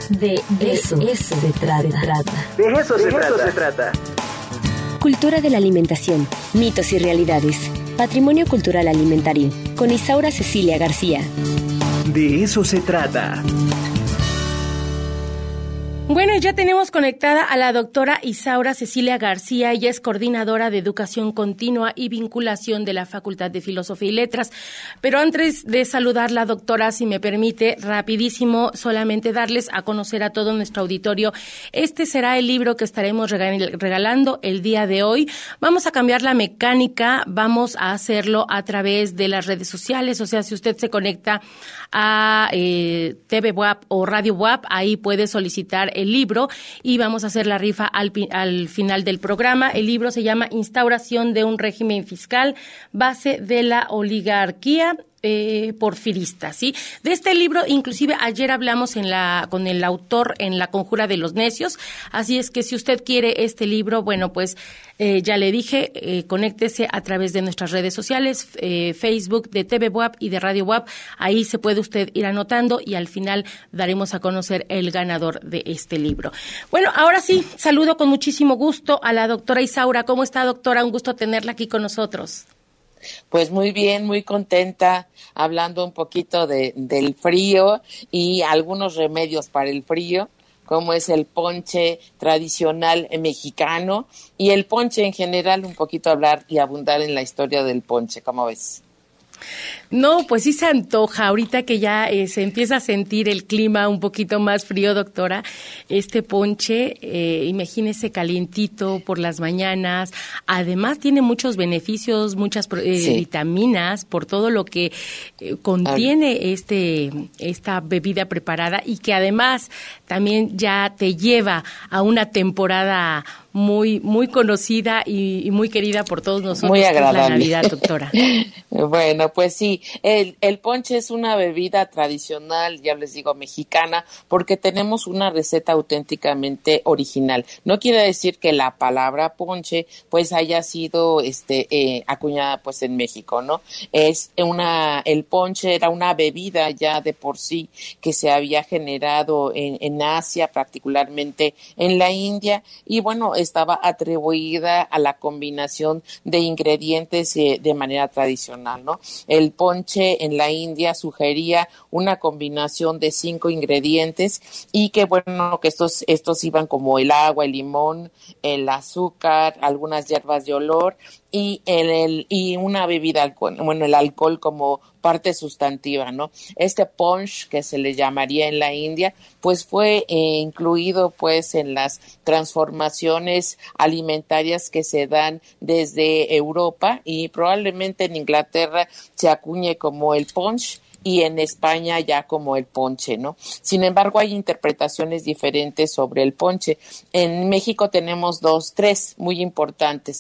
De eso se trata. De eso se trata. Cultura de la alimentación, mitos y realidades. Patrimonio cultural alimentario, con Isaura Cecilia García. De eso se trata. Bueno, ya tenemos conectada a la doctora Isaura Cecilia García. Ella es coordinadora de Educación Continua y Vinculación de la Facultad de Filosofía y Letras. Pero antes de saludarla, doctora, si me permite, rapidísimo, solamente darles a conocer a todo nuestro auditorio. Este será el libro que estaremos regalando el día de hoy. Vamos a cambiar la mecánica, vamos a hacerlo a través de las redes sociales. O sea, si usted se conecta a TV WAP o Radio WAP, ahí puede solicitar el libro y vamos a hacer la rifa al final del programa. El libro se llama Instauración de un régimen fiscal, base de la oligarquía porfirista, ¿sí? De este libro, inclusive ayer hablamos con el autor en La Conjura de los Necios, así es que si usted quiere este libro, bueno, pues ya le dije, conéctese a través de nuestras redes sociales, Facebook de TV WAP y de Radio WAP, ahí se puede usted ir anotando y al final daremos a conocer el ganador de este libro. Bueno, ahora sí, saludo con muchísimo gusto a la doctora Isaura. ¿Cómo está, doctora? Un gusto tenerla aquí con nosotros. Pues muy bien, muy contenta, hablando un poquito del frío y algunos remedios para el frío, como es el ponche tradicional mexicano y el ponche en general, un poquito hablar y abundar en la historia del ponche, ¿cómo ves? No, pues sí se antoja, ahorita que ya se empieza a sentir el clima un poquito más frío, doctora, este ponche, imagínese calientito por las mañanas, además tiene muchos beneficios, muchas vitaminas por todo lo que contiene esta bebida preparada y que además también ya te lleva a una temporada muy muy conocida y muy querida por todos nosotros, muy agradable. Que es la Navidad, doctora. Bueno, pues sí, el ponche es una bebida tradicional, ya les digo, mexicana, porque tenemos una receta auténticamente original. No quiere decir que la palabra ponche pues haya sido acuñada pues en México, ¿no? El ponche era una bebida ya de por sí que se había generado en Asia, particularmente en la India, y bueno, estaba atribuida a la combinación de ingredientes de manera tradicional, ¿no? El ponche en la India sugería una combinación de 5 ingredientes y que bueno, que estos iban como el agua, el limón, el azúcar, algunas hierbas de olor y una bebida alcohol, bueno, el alcohol como parte sustantiva, ¿no? Este punch, que se le llamaría en la India, pues fue incluido pues en las transformaciones alimentarias que se dan desde Europa y probablemente en Inglaterra se acuñe como el punch y en España ya como el ponche, ¿no? Sin embargo, hay interpretaciones diferentes sobre el ponche. En México tenemos 3 muy importantes.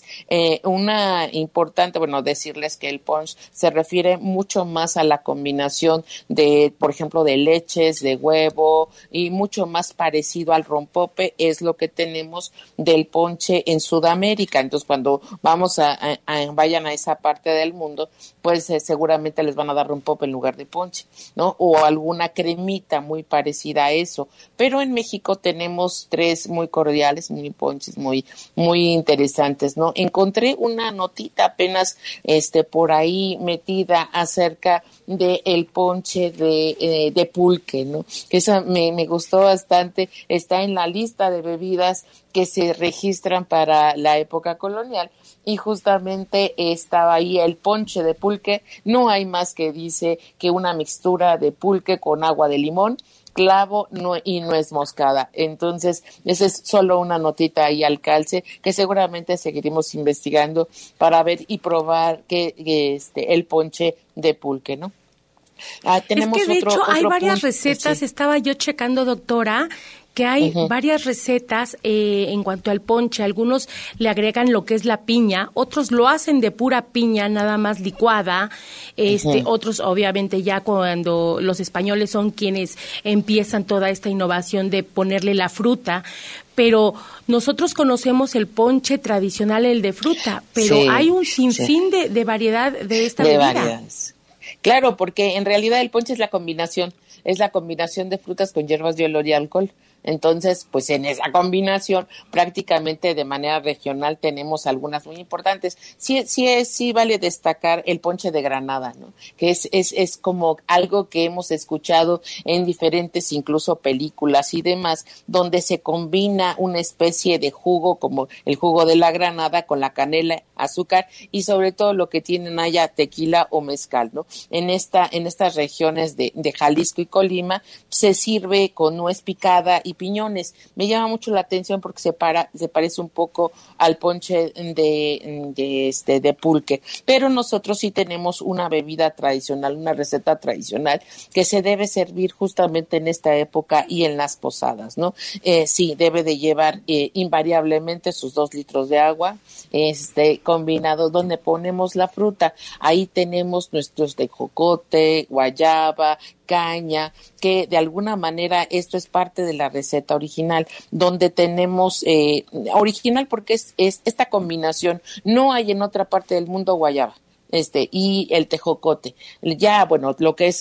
Una importante, bueno, decirles que el ponche se refiere mucho más a la combinación de, por ejemplo, de leches, de huevo y mucho más parecido al rompope es lo que tenemos del ponche en Sudamérica. Entonces, cuando vayan a esa parte del mundo, pues seguramente les van a dar rompope en lugar de ponche, ¿no? O alguna cremita muy parecida a eso. Pero en México tenemos 3 muy cordiales, muy ponches, muy interesantes, ¿no? Encontré una notita apenas por ahí metida acerca de el ponche de pulque, ¿no? Que esa me gustó bastante. Está en la lista de bebidas que se registran para la época colonial. Y justamente estaba ahí el ponche de pulque. No hay más que dice que una mixtura de pulque con agua de limón, clavo y nuez moscada. Entonces, esa es solo una notita ahí al calce que seguramente seguiremos investigando para ver y probar el ponche de pulque, ¿no? Tenemos es que de hecho hay varias recetas, sí. Estaba yo checando, doctora, que hay varias recetas en cuanto al ponche. Algunos le agregan lo que es la piña, otros lo hacen de pura piña, nada más licuada, otros obviamente ya cuando los españoles son quienes empiezan toda esta innovación de ponerle la fruta, pero nosotros conocemos el ponche tradicional, el de fruta, pero sí, hay un sinfín de variedad de esta bebida. Variedades. Claro, porque en realidad el ponche es la combinación es la combinación de frutas con hierbas de olor y alcohol. Entonces, pues en esa combinación, prácticamente de manera regional tenemos algunas muy importantes. Sí vale destacar el ponche de Granada, ¿no? Que es como algo que hemos escuchado en diferentes, incluso películas y demás, donde se combina una especie de jugo, como el jugo de la granada, con la canela, azúcar y sobre todo lo que tienen allá, tequila o mezcal, ¿no? En estas regiones de Jalisco y Colima se sirve con nuez picada y piñones. Me llama mucho la atención porque se parece un poco al ponche de pulque, pero nosotros sí tenemos una bebida tradicional, una receta tradicional que se debe servir justamente en esta época y en las posadas, ¿no? Sí, debe de llevar invariablemente sus 2 litros de agua, combinado donde ponemos la fruta. Ahí tenemos nuestros tejocote, guayaba, caña, que de alguna manera esto es parte de la receta original, donde tenemos original porque es esta combinación, no hay en otra parte del mundo guayaba. Y el tejocote. Ya, bueno, lo que es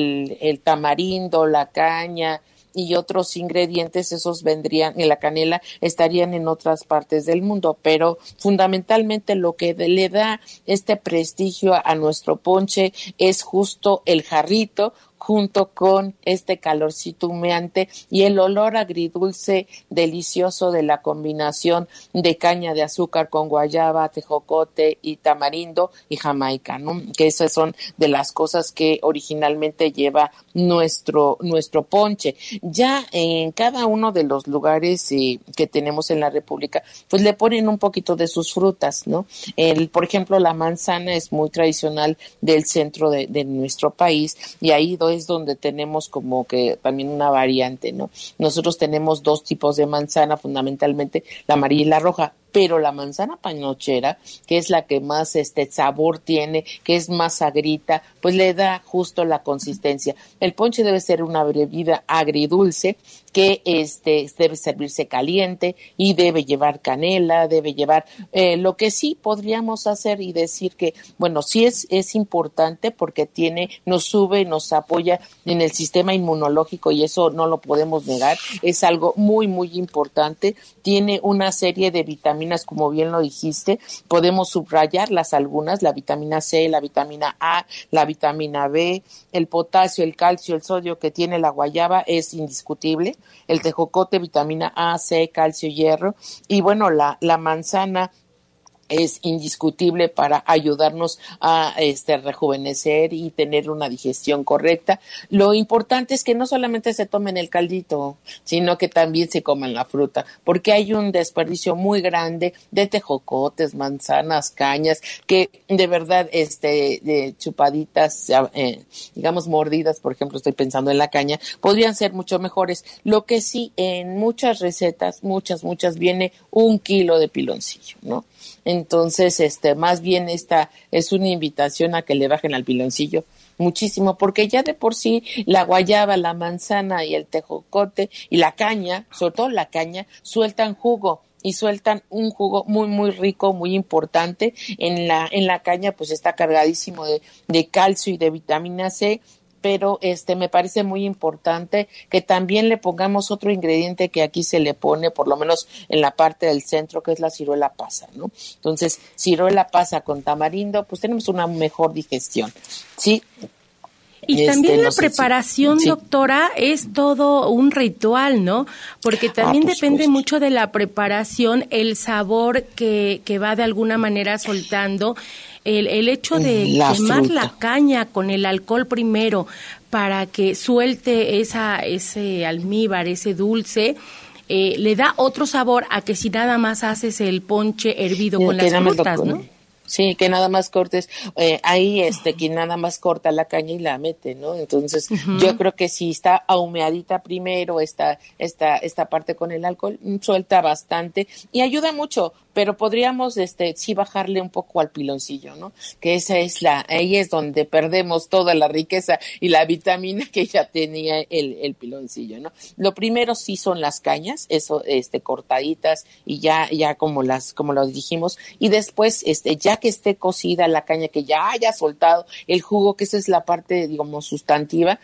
el tamarindo, la caña y otros ingredientes, esos vendrían, en la canela, estarían en otras partes del mundo, pero fundamentalmente lo que le da este prestigio a nuestro ponche es justo el jarrito, junto con este calorcito humeante y el olor agridulce delicioso de la combinación de caña de azúcar con guayaba, tejocote y tamarindo y jamaica, ¿no? Que esas son de las cosas que originalmente lleva nuestro ponche. Ya en cada uno de los lugares que tenemos en la República, pues le ponen un poquito de sus frutas, ¿no? Por ejemplo, la manzana es muy tradicional del centro de nuestro país y ahí es donde tenemos como que también una variante, ¿no? Nosotros tenemos 2 tipos de manzana, fundamentalmente la amarilla y la roja, pero la manzana panochera, que es la que más sabor tiene, que es más agrita, pues le da justo la consistencia. El ponche debe ser una bebida agridulce que debe servirse caliente y debe llevar canela, debe llevar lo que sí podríamos hacer y decir que, bueno, sí es importante porque nos sube, nos apoya en el sistema inmunológico y eso no lo podemos negar, es algo muy, muy importante. Tiene una serie de vitaminas, como bien lo dijiste, podemos subrayarlas algunas, la vitamina C, la vitamina A, la vitamina B, el potasio, el calcio, el sodio que tiene la guayaba es indiscutible, el tejocote, vitamina A, C, calcio, hierro, y bueno, la manzana es indiscutible para ayudarnos a rejuvenecer y tener una digestión correcta. Lo importante es que no solamente se tomen el caldito, sino que también se coman la fruta, porque hay un desperdicio muy grande de tejocotes, manzanas, cañas, que de verdad de chupaditas, digamos mordidas, por ejemplo, estoy pensando en la caña, podrían ser mucho mejores. Lo que sí, en muchas recetas, muchas, viene 1 kilo de piloncillo, ¿no? Entonces, más bien esta es una invitación a que le bajen al piloncillo muchísimo, porque ya de por sí la guayaba, la manzana y el tejocote y la caña, sobre todo la caña, sueltan jugo y sueltan un jugo muy, muy rico, muy importante. En la caña pues está cargadísimo de calcio y de vitamina C, pero me parece muy importante que también le pongamos otro ingrediente que aquí se le pone, por lo menos en la parte del centro, que es la ciruela pasa, ¿no? Entonces, ciruela pasa con tamarindo, pues tenemos una mejor digestión, ¿sí? Y también la preparación, sí, doctora, es todo un ritual, ¿no? Porque también depende mucho de la preparación, el sabor que va de alguna manera soltando. El hecho de quemar la caña con el alcohol primero para que suelte ese almíbar, ese dulce, le da otro sabor a que si nada más haces el ponche hervido con las frutas, ¿no? Sí, que nada más cortes, ahí quien nada más corta la caña y la mete, ¿no? Entonces, yo creo que si está ahumeadita primero, esta parte con el alcohol, suelta bastante y ayuda mucho, pero podríamos, sí bajarle un poco al piloncillo, ¿no? Que ahí es donde perdemos toda la riqueza y la vitamina que ya tenía el piloncillo, ¿no? Lo primero sí son las cañas, eso, cortaditas y ya como lo dijimos, y después, ya que esté cocida la caña, que ya haya soltado el jugo, que esa es la parte, digamos, sustantiva,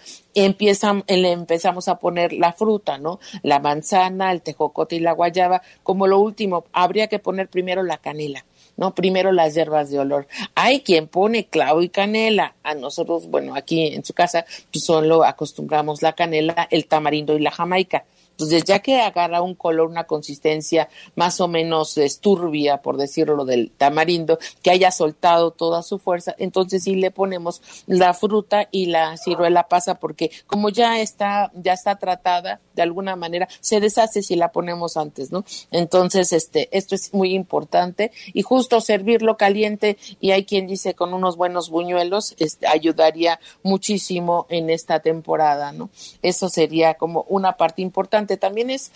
le empezamos a poner la fruta, ¿no? La manzana, el tejocote y la guayaba. Como lo último, habría que poner primero la canela, ¿no? Primero las hierbas de olor. Hay quien pone clavo y canela. A nosotros, bueno, aquí en su casa, pues solo acostumbramos la canela, el tamarindo y la jamaica. Entonces, ya que agarra un color, una consistencia más o menos turbia, por decirlo, del tamarindo, que haya soltado toda su fuerza, entonces sí le ponemos la fruta y la ciruela pasa, porque como ya está tratada, de alguna manera se deshace si la ponemos antes, ¿no? Entonces, esto es muy importante, y justo servirlo caliente, y hay quien dice con unos buenos buñuelos, ayudaría muchísimo en esta temporada, ¿no? Eso sería como una parte importante. También es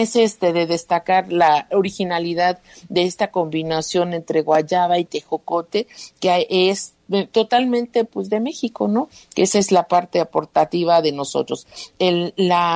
de destacar la originalidad de esta combinación entre guayaba y tejocote, que es totalmente pues de México, ¿no? Que esa es la parte aportativa de nosotros. El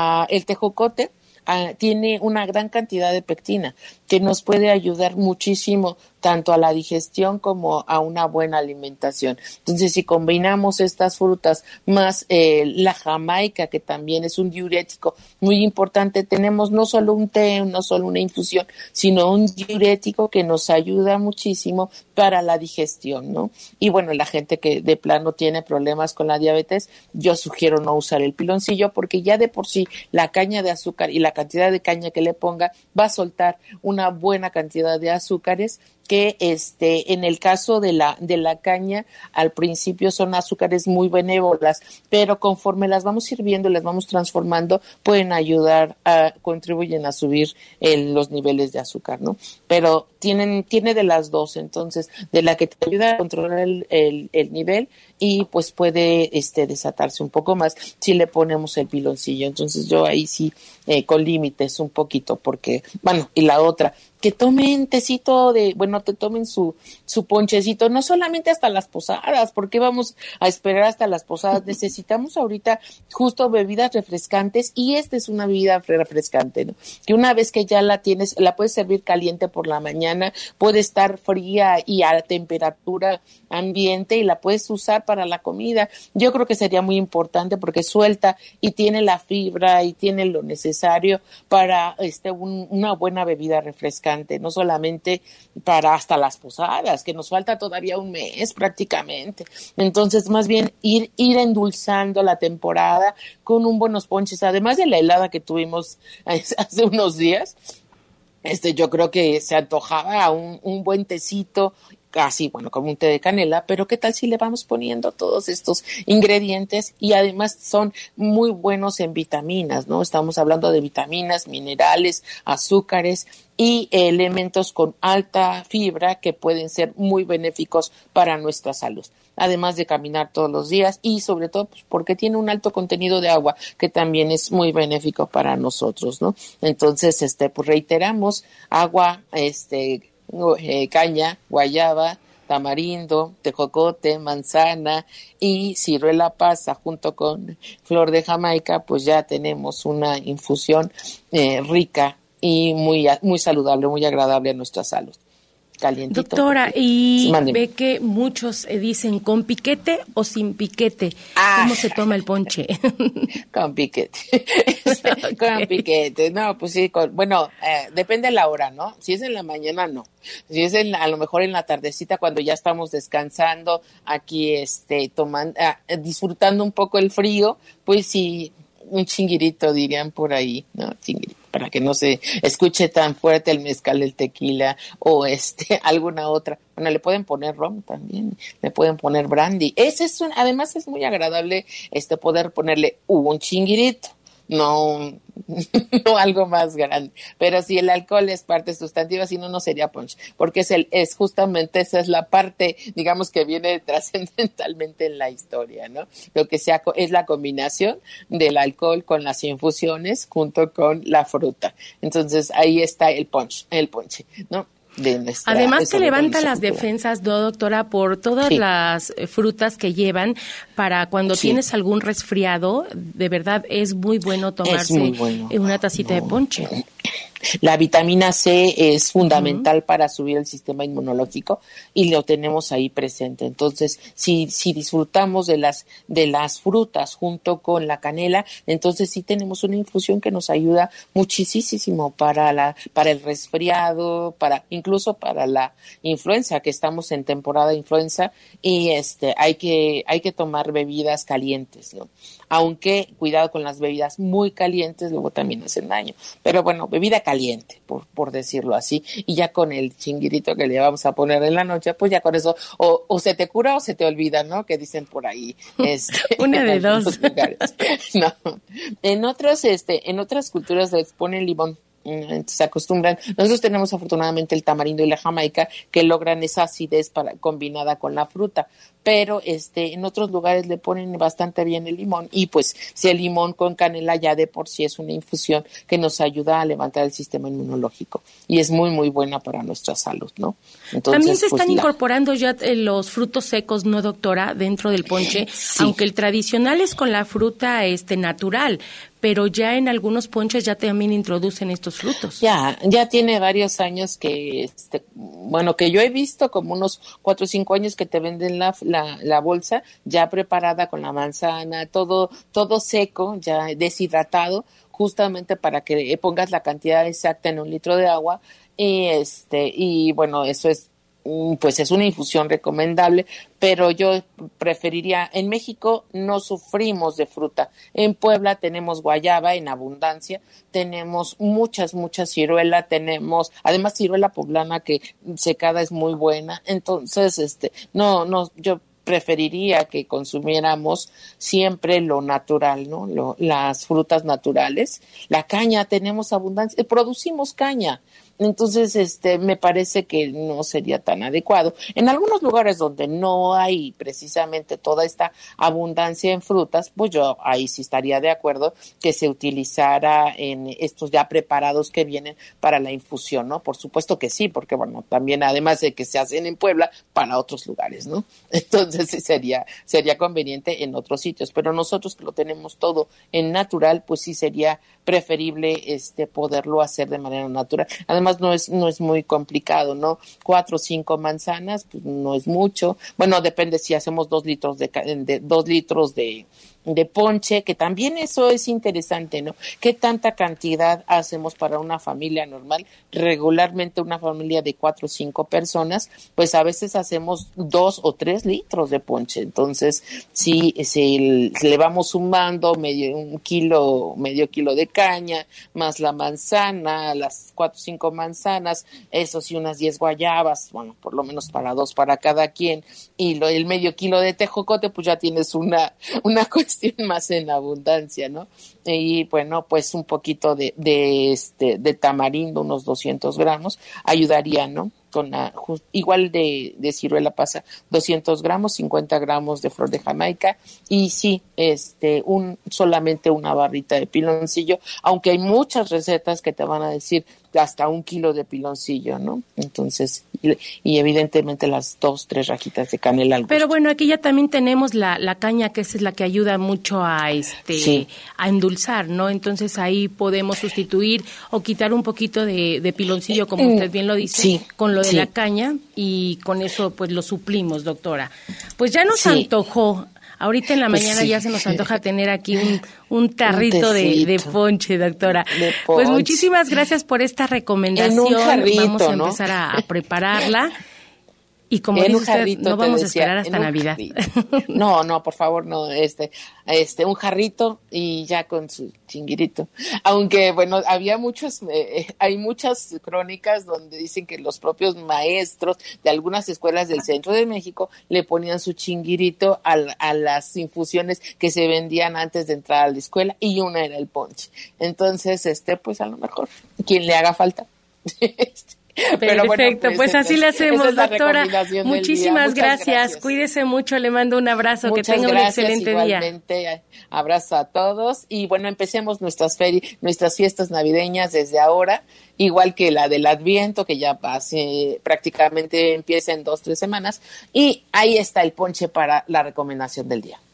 tejocote tiene una gran cantidad de pectina que nos puede ayudar muchísimo tanto a la digestión como a una buena alimentación. Entonces, si combinamos estas frutas más la jamaica, que también es un diurético muy importante, tenemos no solo un té, no solo una infusión, sino un diurético que nos ayuda muchísimo para la digestión, ¿no? Y bueno, la gente que de plano tiene problemas con la diabetes, yo sugiero no usar el piloncillo, porque ya de por sí la caña de azúcar y la cantidad de caña que le ponga va a soltar una buena cantidad de azúcares, que en el caso de la caña, al principio son azúcares muy benévolas, pero conforme las vamos sirviendo, las vamos transformando, pueden contribuyen a subir los niveles de azúcar, ¿no? Pero tiene de las dos, entonces, de la que te ayuda a controlar el nivel, y pues puede desatarse un poco más si le ponemos el piloncillo. Entonces yo ahí sí, con límites un poquito, porque, bueno, y la otra, que tomen tecito te tomen su ponchecito, no solamente hasta las posadas, porque vamos a esperar hasta las posadas. Necesitamos ahorita justo bebidas refrescantes, y esta es una bebida refrescante, ¿no? Que una vez que ya la tienes, la puedes servir caliente por la mañana, puede estar fría y a temperatura ambiente, y la puedes usar para la comida. Yo creo que sería muy importante, porque suelta y tiene la fibra y tiene lo necesario para una buena bebida refrescante, no solamente para hasta las posadas, que nos falta todavía un mes prácticamente. Entonces, más bien ir endulzando la temporada con un buenos ponches, además de la helada que tuvimos hace unos días. Yo creo que se antojaba un buen tecito, casi, como un té de canela, pero ¿qué tal si le vamos poniendo todos estos ingredientes? Y además son muy buenos en vitaminas, ¿no? Estamos hablando de vitaminas, minerales, azúcares y elementos con alta fibra que pueden ser muy benéficos para nuestra salud. Además de caminar todos los días, y sobre todo pues, porque tiene un alto contenido de agua, que también es muy benéfico para nosotros, ¿no? Entonces, pues reiteramos: agua, caña, guayaba, tamarindo, tejocote, manzana y ciruela pasa junto con flor de Jamaica, pues ya tenemos una infusión rica y muy saludable, muy agradable a nuestra salud. Calientito. Doctora, y ve que muchos dicen con piquete o sin piquete. ¿Cómo se toma el ponche? Con piquete. Okay. Con piquete. No, pues sí, depende de la hora, ¿no? Si es en la mañana, no. Si es a lo mejor en la tardecita, cuando ya estamos descansando aquí, disfrutando un poco el frío, pues sí, un chinguirito dirían por ahí, ¿no? Chinguirito, para que no se escuche tan fuerte el mezcal, el tequila o alguna otra. Bueno, le pueden poner ron también, le pueden poner brandy. Además es muy agradable poder ponerle un chinguirito, no algo más grande. Pero si el alcohol es parte sustantiva, si no, no sería punch, porque es justamente esa es la parte, digamos, que viene trascendentalmente en la historia, ¿no? Lo que es la combinación del alcohol con las infusiones junto con la fruta. Entonces ahí está el ponche, ¿no? Además que levanta las defensas, doctora, por todas las frutas que llevan, para cuando tienes algún resfriado. De verdad es muy bueno tomarse una tacita de ponche. La vitamina C es fundamental para subir el sistema inmunológico y lo tenemos ahí presente. Entonces, si disfrutamos de las frutas junto con la canela, entonces sí tenemos una infusión que nos ayuda muchísimo para el resfriado, incluso para la influenza, que estamos en temporada de influenza, y hay que tomar bebidas calientes, ¿no? Aunque cuidado con las bebidas muy calientes, luego también hacen daño. Pero bueno, bebida caliente, por decirlo así, y ya con el chinguirito que le vamos a poner en la noche, pues ya con eso o se te cura o se te olvida, ¿no? Que dicen por ahí. Una de dos. No. En otras culturas les ponen limón. Se acostumbran. Nosotros tenemos afortunadamente el tamarindo y la jamaica que logran esa acidez combinada con la fruta, pero en otros lugares le ponen bastante bien el limón, y pues si el limón con canela ya de por sí es una infusión que nos ayuda a levantar el sistema inmunológico y es muy muy buena para nuestra salud, ¿no? Entonces, también se están incorporando ya los frutos secos, ¿no, doctora? Dentro del ponche, sí. Aunque el tradicional es con la fruta natural, pero ya en algunos ponches ya también introducen estos frutos. Ya tiene varios años que, que yo he visto como unos 4 o 5 años que te venden la bolsa ya preparada con la manzana, todo seco, ya deshidratado, justamente para que pongas la cantidad exacta en 1 litro de agua, y bueno, eso es pues es una infusión recomendable, pero yo preferiría, en México no sufrimos de fruta, en Puebla tenemos guayaba en abundancia, tenemos muchas ciruela, tenemos además ciruela poblana que secada es muy buena, entonces yo preferiría que consumiéramos siempre lo natural, ¿no? Las frutas naturales. La caña, tenemos abundancia, producimos caña. Entonces, me parece que no sería tan adecuado. En algunos lugares donde no hay precisamente toda esta abundancia en frutas, pues yo ahí sí estaría de acuerdo que se utilizara en estos ya preparados que vienen para la infusión, ¿no? Por supuesto que sí, porque bueno, también además de que se hacen en Puebla, para otros lugares, ¿no? Entonces sí sería conveniente en otros sitios, pero nosotros que lo tenemos todo en natural, pues sí sería preferible poderlo hacer de manera natural. Además no es muy complicado, ¿no? 4 o 5 manzanas, pues no es mucho. Bueno, depende si hacemos 2 litros de ponche, que también eso es interesante, ¿no? ¿Qué tanta cantidad hacemos para una familia normal? Regularmente una familia de 4 o 5 personas, pues a veces hacemos 2 o 3 litros de ponche. Entonces, si le vamos sumando medio kilo de caña, más la manzana, las 4 o 5 manzanas, eso sí, unas 10 guayabas, bueno, por lo menos para 2 para cada quien, y el medio kilo de tejocote, pues ya tienes una cuestión más en abundancia, ¿no? Y bueno, pues un poquito de tamarindo, unos 200 gramos, ayudaría, ¿no? Igual de ciruela pasa 200 gramos, 50 gramos de flor de Jamaica, y sí, solamente una barrita de piloncillo, aunque hay muchas recetas que te van a decir hasta 1 kilo de piloncillo, ¿no? Entonces, y evidentemente las 2, 3 rajitas de canela al gusto. Pero bueno, aquí ya también tenemos la caña, que esa es la que ayuda mucho a sí, a endulzar, ¿no? Entonces ahí podemos sustituir o quitar un poquito de piloncillo, como usted bien lo dice, sí, con lo de sí, la caña, y con eso pues lo suplimos, doctora. Pues ya nos antojó. Ahorita en la mañana ya se nos antoja tener aquí un tarrito de ponche, doctora. De ponche. Pues muchísimas gracias por esta recomendación. En un jarrito, vamos a ¿no? empezar a prepararla. Y como dice usted, no vamos a esperar hasta Navidad. No, por favor, no. Un jarrito y ya con su chinguirito. Aunque, bueno, hay muchas crónicas donde dicen que los propios maestros de algunas escuelas del centro de México le ponían su chinguirito a las infusiones que se vendían antes de entrar a la escuela, y una era el ponche. Entonces, pues a lo mejor, quien le haga falta. Pero perfecto, bueno, pues así le hacemos, doctora. Muchísimas gracias. Cuídese mucho, le mando un abrazo. Muchas que tenga un excelente igualmente, día. Abrazo a todos y bueno, empecemos nuestras fiestas navideñas desde ahora, igual que la del Adviento, que ya prácticamente empieza en 2 o 3 semanas, y ahí está el ponche para la recomendación del día.